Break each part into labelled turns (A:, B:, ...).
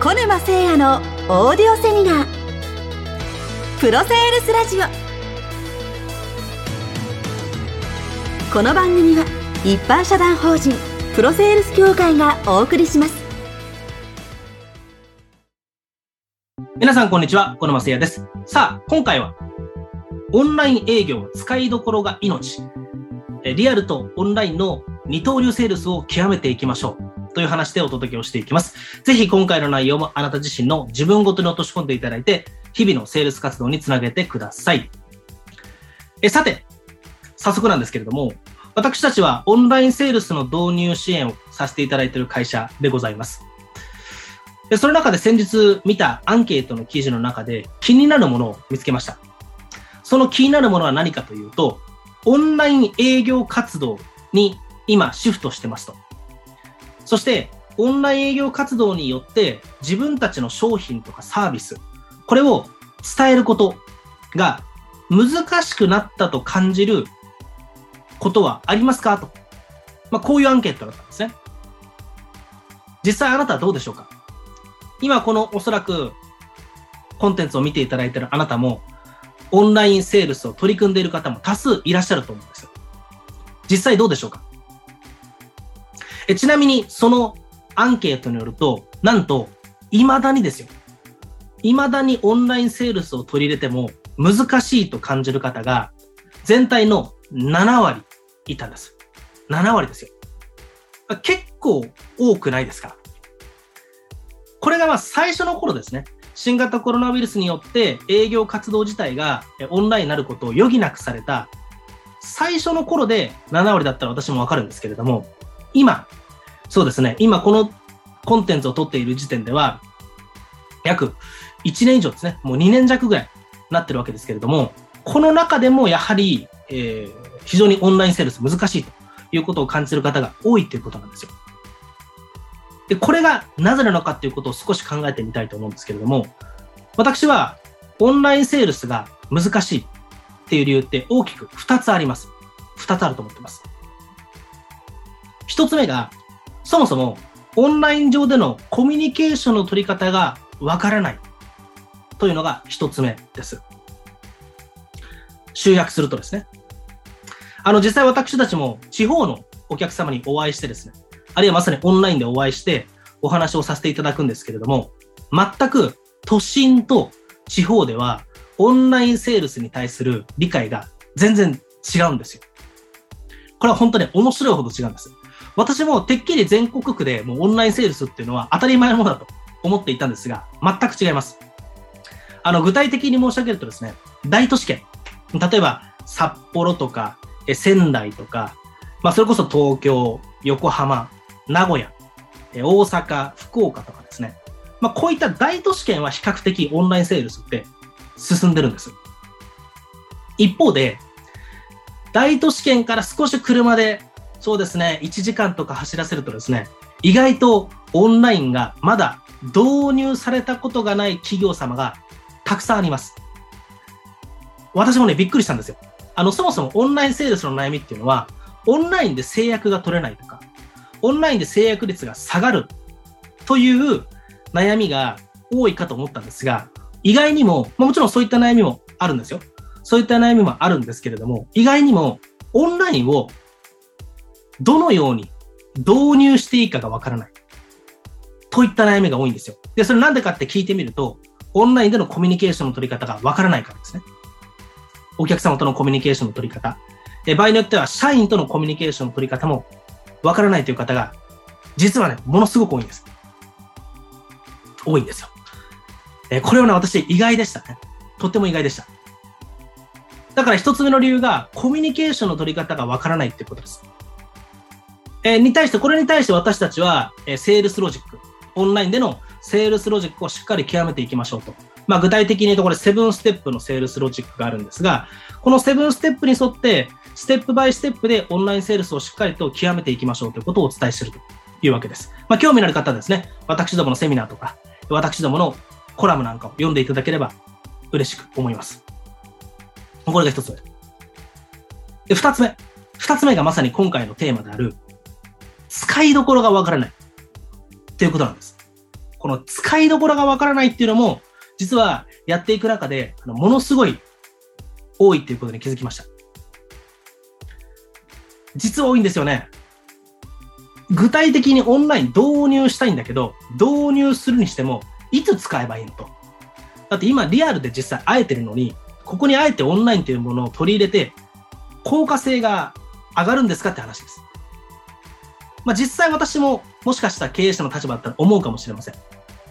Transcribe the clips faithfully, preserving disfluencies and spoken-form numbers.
A: 小沼誠也のオーディオセミナープロセールスラジオ。この番組は一般社団法人プロセールス協会がお送りします。
B: 皆さんこんにちは、小沼誠也です。さあ今回はオンライン営業使いどころが命、リアルとオンラインの二刀流セールスを極めていきましょうという話でお届けをしていきます。ぜひ今回の内容もあなた自身の自分ごとに落とし込んでいただいて、日々のセールス活動につなげてください。えさて、早速なんですけれども、私たちはオンラインセールスの導入支援をさせていただいている会社でございます。でその中で先日見たアンケートの記事の中で気になるものを見つけました。その気になるものは何かというと、オンライン営業活動に今シフトしてますと。そして、オンライン営業活動によって自分たちの商品とかサービス、これを伝えることが難しくなったと感じることはありますかと。まあ、こういうアンケートだったんですね。実際あなたはどうでしょうか。今このおそらくコンテンツを見ていただいているあなたも、オンラインセールスを取り組んでいる方も多数いらっしゃると思うんですよ。実際どうでしょうか。えちなみにそのアンケートによると、なんと未だにですよ、未だにオンラインセールスを取り入れても難しいと感じる方が全体のななわりいたんです。ななわりですよ。結構多くないですか。これがまあ最初の頃ですね。新型コロナウイルスによって営業活動自体がオンラインになることを余儀なくされた最初の頃でななわりだったら私もわかるんですけれども、今、そうですね、今このコンテンツを取っている時点では、約いちねん以上ですね、もうにねん弱ぐらいなってるわけですけれども、この中でもやはり、えー、非常にオンラインセールス難しいということを感じる方が多いということなんですよ。で、これがなぜなのかということを少し考えてみたいと思うんですけれども、私はオンラインセールスが難しいっていう理由って大きくふたつあります。ふたつあると思ってます。ひとつめが、そもそもオンライン上でのコミュニケーションの取り方がわからないというのがひとつめです。集約するとですね、あの実際私たちも地方のお客様にお会いしてですね、あるいはまさにオンラインでお会いしてお話をさせていただくんですけれども、全く都心と地方ではオンラインセールスに対する理解が全然違うんですよ。これは本当に面白いほど違うんです。私もてっきり全国区でもうオンラインセールスっていうのは当たり前のものだと思っていたんですが、全く違います。あの具体的に申し上げるとですね、大都市圏、例えば札幌とか仙台とか、まあ、それこそ東京、横浜、名古屋、大阪、福岡とかですね、まあ、こういった大都市圏は比較的オンラインセールスって進んでるんです。一方で大都市圏から少し車でそうですね、いちじかんとか走らせるとですね、意外とオンラインがまだ導入されたことがない企業様がたくさんあります。私もね、びっくりしたんですよ。あの、そもそもオンラインセールスの悩みっていうのは、オンラインで制約が取れないとか、オンラインで制約率が下がるという悩みが多いかと思ったんですが、意外にも、もちろんそういった悩みもあるんですよ。そういった悩みもあるんですけれども、意外にもオンラインをどのように導入していいかがわからないといった悩みが多いんですよ。で、それなんでかって聞いてみると、オンラインでのコミュニケーションの取り方がわからないからですね。お客様とのコミュニケーションの取り方。で、場合によっては社員とのコミュニケーションの取り方もわからないという方が、実はね、ものすごく多いんです。多いんですよ。えこれはね、私意外でしたね。とっても意外でした。だから一つ目の理由が、コミュニケーションの取り方がわからないっていうことです。えー、に対して、これに対して私たちは、えー、セールスロジック、オンラインでのセールスロジックをしっかり極めていきましょうと。まあ、具体的に言うとこれセブンステップのセールスロジックがあるんですが、このセブンステップに沿って、ステップバイステップでオンラインセールスをしっかりと極めていきましょうということをお伝えしているというわけです。まあ、興味のある方はですね、私どものセミナーとか、私どものコラムなんかを読んでいただければ嬉しく思います。これが一つ目。で、二つ目。二つ目がまさに今回のテーマである、使いどころがわからないということなんです。 この使いどころがわからないっていうのも、実はやっていく中で、あのものすごい多いっていうことに気づきました。実は多いんですよね。具体的にオンライン導入したいんだけど、導入するにしても、いつ使えばいいのと。だって今リアルで実際会えてるのに、ここにあえてオンラインというものを取り入れて、効果性が上がるんですかって話です。まあ実際私ももしかしたら経営者の立場だったら思うかもしれません。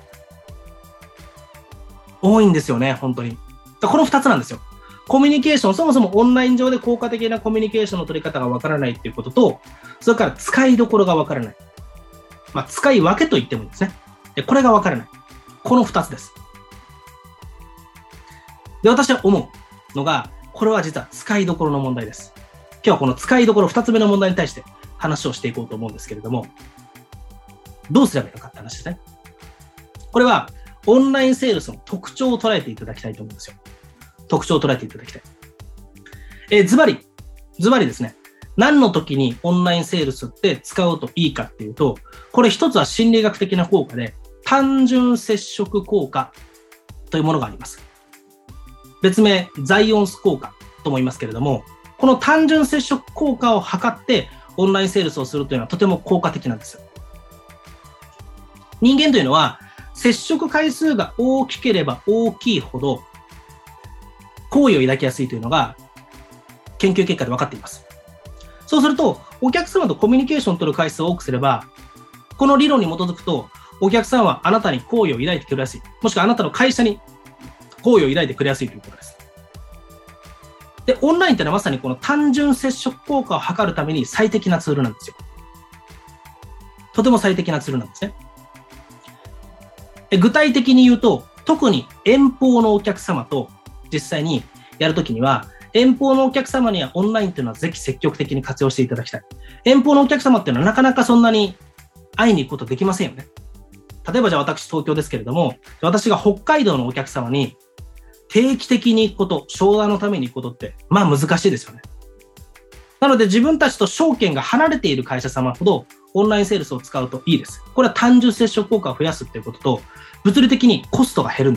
B: 多いんですよね、本当に。このふたつなんですよ。コミュニケーション、そもそもオンライン上で効果的なコミュニケーションの取り方がわからないっていうことと、それから使いどころがわからない。まあ使い分けと言ってもいいですね。でこれがわからない。このふたつです。で、私は思うのが、これは実は使いどころの問題です。今日はこの使いどころふたつめの問題に対して話をしていこうと思うんですけれども、どうすればいいのかって話ですね。これはオンラインセールスの特徴を捉えていただきたいと思うんですよ。特徴を捉えていただきたい。えー、ズバリ、ズバリですね。何の時にオンラインセールスって使うといいかっていうと、これ一つは心理学的な効果で、単純接触効果というものがあります。別名、ザイオンス効果とも言いますけれども、この単純接触効果を測ってオンラインセールスをするというのはとても効果的なんです。人間というのは、接触回数が大きければ大きいほど、好意を抱きやすいというのが研究結果で分かっています。そうすると、お客様とコミュニケーションを取る回数を多くすれば、この理論に基づくと、お客さんはあなたに好意を抱いてくれやすい。もしくはあなたの会社に好意を抱いてくれやすいということです。で、オンラインというのはまさにこの単純接触効果を測るために最適なツールなんですよ。とても最適なツールなんですね。具体的に言うと、特に遠方のお客様と実際にやるときには、遠方のお客様にはオンラインというのはぜひ積極的に活用していただきたい。遠方のお客様っていうのはなかなかそんなに会いに行くことできませんよね。例えばじゃあ私東京ですけれども、私が北海道のお客様に定期的に行くこと、商談のために行くことってまあ難しいですよね。なので自分たちと証券が離れている会社様ほどオンラインセールスを使うといいです。これは単純接触効果を増やすっていうことと、物理的にコストが減るんです。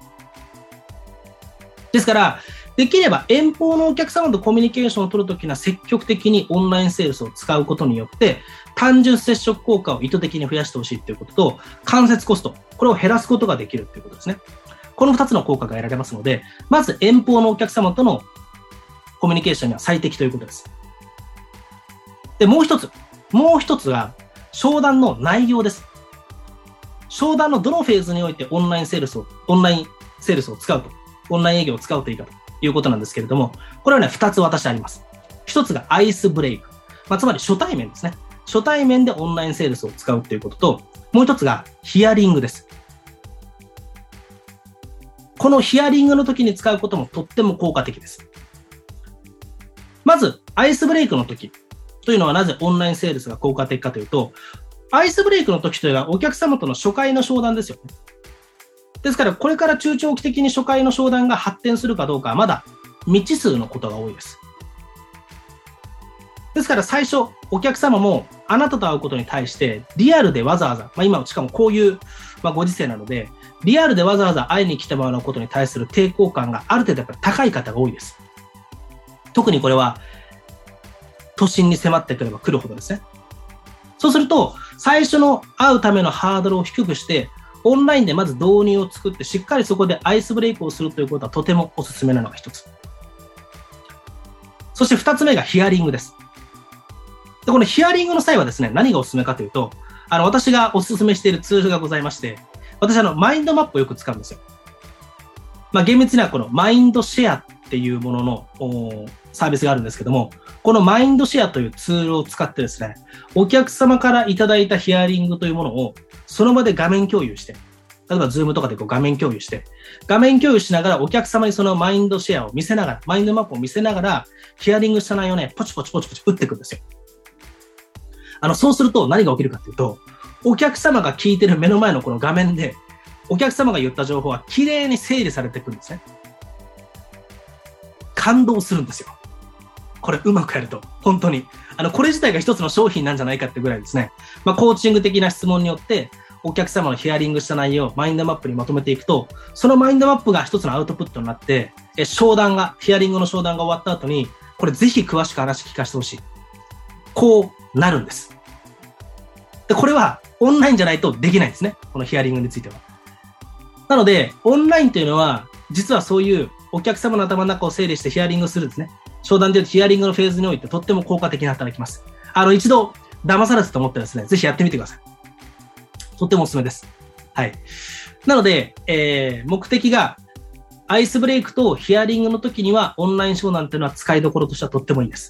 B: ですから、できれば遠方のお客様とコミュニケーションを取るときには積極的にオンラインセールスを使うことによって、単純接触効果を意図的に増やしてほしいということと、間接コスト、これを減らすことができるということですね。このふたつの効果が得られますので、まず遠方のお客様とのコミュニケーションには最適ということです。で、もう一つ。もう一つは、商談の内容です。商談のどのフェーズにおいてオンラインセールスを、オンラインセールスを使うと、オンライン営業を使うといいかということなんですけれども、これはね、二つ私あります。一つがアイスブレイク。まあ、つまり初対面ですね。初対面でオンラインセールスを使うということと、もう一つがヒアリングです。このヒアリングの時に使うこともとっても効果的です。まず、アイスブレイクの時というのはなぜオンラインセールスが効果的かというと、アイスブレイクの時というのはお客様との初回の商談ですよね。ですから、これから中長期的に初回の商談が発展するかどうかはまだ未知数のことが多いです。ですから最初、お客様もあなたと会うことに対してリアルでわざわざ、まあ、今しかもこういう、まあ、ご時世なので、リアルでわざわざ会いに来てもらうことに対する抵抗感がある程度やっぱり高い方が多いです。特にこれは都心に迫ってくれば来るほどですね。そうすると、最初の会うためのハードルを低くして、オンラインでまず導入を作って、しっかりそこでアイスブレイクをするということはとてもおすすめなのが一つ。そして二つ目がヒアリングです。で、このヒアリングの際はですね、何がおすすめかというと、あの、私がおすすめしているツールがございまして、私あの、マインドマップをよく使うんですよ。まあ、厳密にはこのマインドシェアっていうもののサービスがあるんですけども、このマインドシェアというツールを使ってですね、お客様からいただいたヒアリングというものをその場で画面共有して、例えばズームとかでこう画面共有して、画面共有しながらお客様にそのマインドシェアを見せながら、マインドマップを見せながら、ヒアリングした内容をね、ポチポチポチポチ打っていくんですよ。あの、そうすると何が起きるかというと、お客様が聞いてる目の前のこの画面で、お客様が言った情報はきれいに整理されていくんですね。感動するんですよ。これうまくやると、本当に。あの、これ自体が一つの商品なんじゃないかってぐらいですね。まあ、コーチング的な質問によって、 お客様のヒアリングした内容をマインドマップにまとめていくと、そのマインドマップが一つのアウトプットになって、え商談が、ヒアリングの商談が終わった後に、これぜひ詳しく話聞かせてほしい。こうなるんです。で、これはオンラインじゃないとできないんですね。このヒアリングについては。なので、オンラインというのは、実はそういうお客様の頭の中を整理してヒアリングするですね。商談でいうとヒアリングのフェーズにおいてとっても効果的に働きます。あの、一度騙されたと思ったらですね、ぜひやってみてください。とってもおすすめです。はい。なので、えー、目的がアイスブレイクとヒアリングの時にはオンライン商談というのは使いどころとしてはとってもいいです。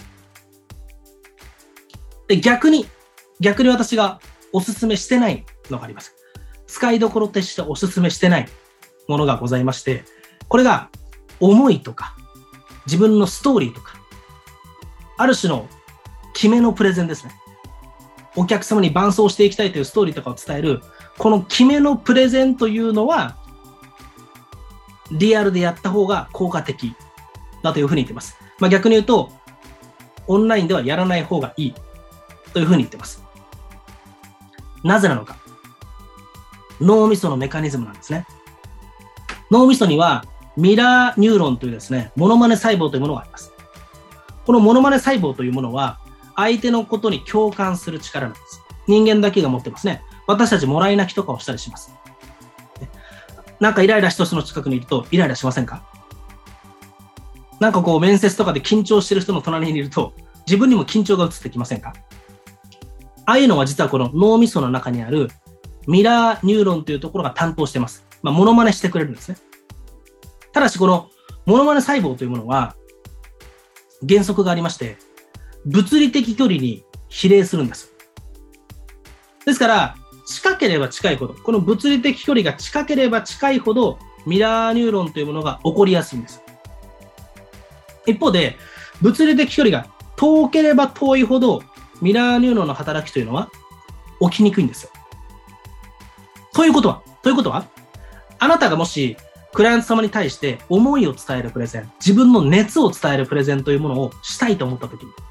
B: で、逆に、逆に私がおすすめしてないのがあります。使いどころとしておすすめしてないものがございまして、これが思いとか自分のストーリーとか、ある種の決めのプレゼンですね。お客様に伴走していきたいというストーリーとかを伝える、この決めのプレゼンというのは、リアルでやった方が効果的だというふうに言っています。まあ、逆に言うと、オンラインではやらない方がいいというふうに言っています。なぜなのか。脳みそのメカニズムなんですね。脳みそにはミラーニューロンというですね、モノマネ細胞というものがあります。このモノマネ細胞というものは、相手のことに共感する力なんです。人間だけが持ってますね。私たちもらい泣きとかをしたりします。なんかイライラした人の近くにいるとイライラしませんか？なんかこう面接とかで緊張してる人の隣にいると自分にも緊張が移ってきませんか？ああいうのは実はこの脳みその中にあるミラーニューロンというところが担当しています。まあ、モノマネしてくれるんですね。ただしこのモノマネ細胞というものは原則がありまして、物理的距離に比例するんです。ですから、近ければ近いほど、この物理的距離が近ければ近いほど、ミラーニューロンというものが起こりやすいんです。一方で、物理的距離が遠ければ遠いほど、ミラーニューロンの働きというのは起きにくいんですよ。ということは、ということは、あなたがもし、クライアント様に対して思いを伝えるプレゼン、自分の熱を伝えるプレゼンというものをしたいと思ったときに、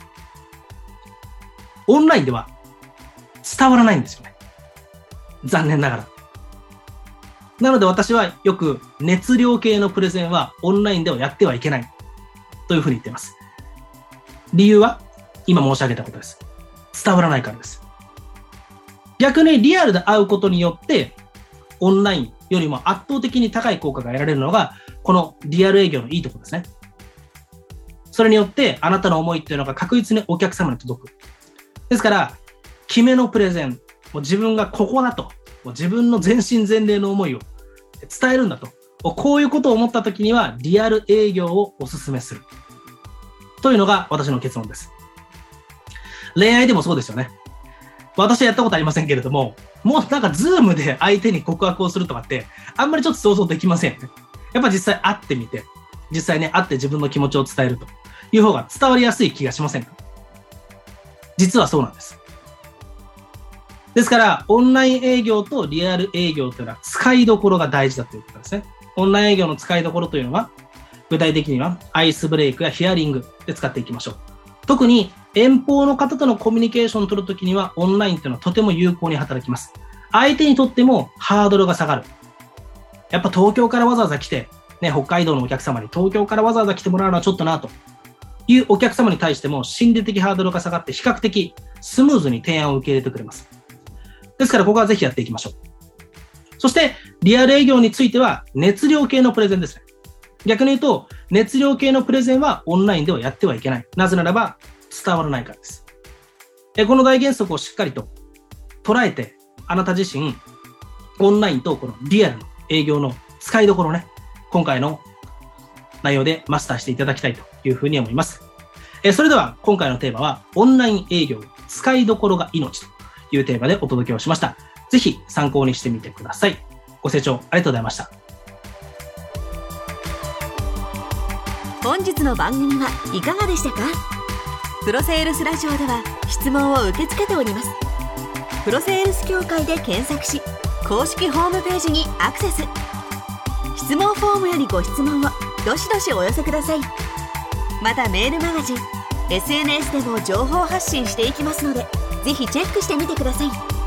B: オンラインでは伝わらないんですよね。残念ながら。なので私はよく熱量系のプレゼンはオンラインではやってはいけないというふうに言っています。理由は今申し上げたことです。伝わらないからです。逆にリアルで会うことによってオンラインよりも圧倒的に高い効果が得られるのがこのリアル営業のいいところですね。それによってあなたの思いっていうのが確実にお客様に届く。ですから、決めのプレゼン、もう自分がここだと、もう自分の全身全霊の思いを伝えるんだと、こういうことを思ったときには、リアル営業をお勧めする。というのが私の結論です。恋愛でもそうですよね。私はやったことありませんけれども、もうなんかズームで相手に告白をするとかって、あんまりちょっと想像できませんよね。やっぱ実際会ってみて、実際ね、会って自分の気持ちを伝えるという方が伝わりやすい気がしませんか？実はそうなんです。ですから、オンライン営業とリアル営業というのは使いどころが大事だということですね。オンライン営業の使いどころというのは、具体的にはアイスブレイクやヒアリングで使っていきましょう。特に遠方の方とのコミュニケーションを取るときには、オンラインというのはとても有効に働きます。相手にとってもハードルが下がる。やっぱ東京からわざわざ来て、ね、北海道のお客様に東京からわざわざ来てもらうのはちょっとなというお客様に対しても心理的ハードルが下がって比較的スムーズに提案を受け入れてくれます。ですからここはぜひやっていきましょう。そしてリアル営業については熱量系のプレゼンですね。逆に言うと熱量系のプレゼンはオンラインではやってはいけない。なぜならば伝わらないからです。この大原則をしっかりと捉えてあなた自身オンラインとこのリアルの営業の使いどころをね、今回の内容でマスターしていただきたいというふうに思います。えそれでは今回のテーマはオンライン営業使いどころが命というテーマでお届けをしました。ぜひ参考にしてみてください。ご清聴ありがとうございました。
A: 本日の番組はいかがでしたか？プロセールスラジオでは質問を受け付けております。プロセールス協会で検索し、公式ホームページにアクセス。質問フォームよりご質問をどしどしお寄せください。またメールマガジン、エスエヌエス でも情報発信していきますので、ぜひチェックしてみてください。